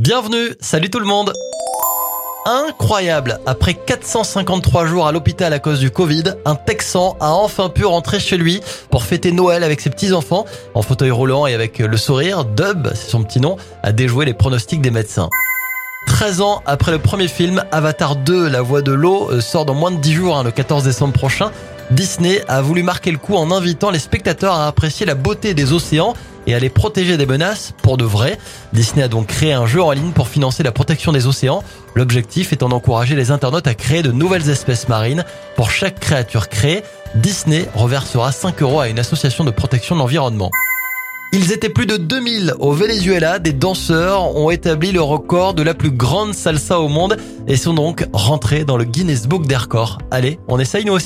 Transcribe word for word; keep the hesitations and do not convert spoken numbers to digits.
Bienvenue, salut tout le monde. Incroyable, après quatre cent cinquante-trois jours à l'hôpital à cause du Covid, un Texan a enfin pu rentrer chez lui pour fêter Noël avec ses petits-enfants. En fauteuil roulant et avec le sourire, Dub, c'est son petit nom, a déjoué les pronostics des médecins. treize ans après le premier film, Avatar deux, La Voix de l'eau, sort dans moins de dix jours, hein, le quatorze décembre prochain. Disney a voulu marquer le coup en invitant les spectateurs à apprécier la beauté des océans et à les protéger des menaces pour de vrai. Disney a donc créé un jeu en ligne pour financer la protection des océans. L'objectif étant d'encourager les internautes à créer de nouvelles espèces marines. Pour chaque créature créée, Disney reversera cinq euros à une association de protection de l'environnement. Ils étaient plus de deux mille au Venezuela. Des danseurs ont établi le record de la plus grande salsa au monde et sont donc rentrés dans le Guinness Book des records. Allez, on essaye nous aussi ?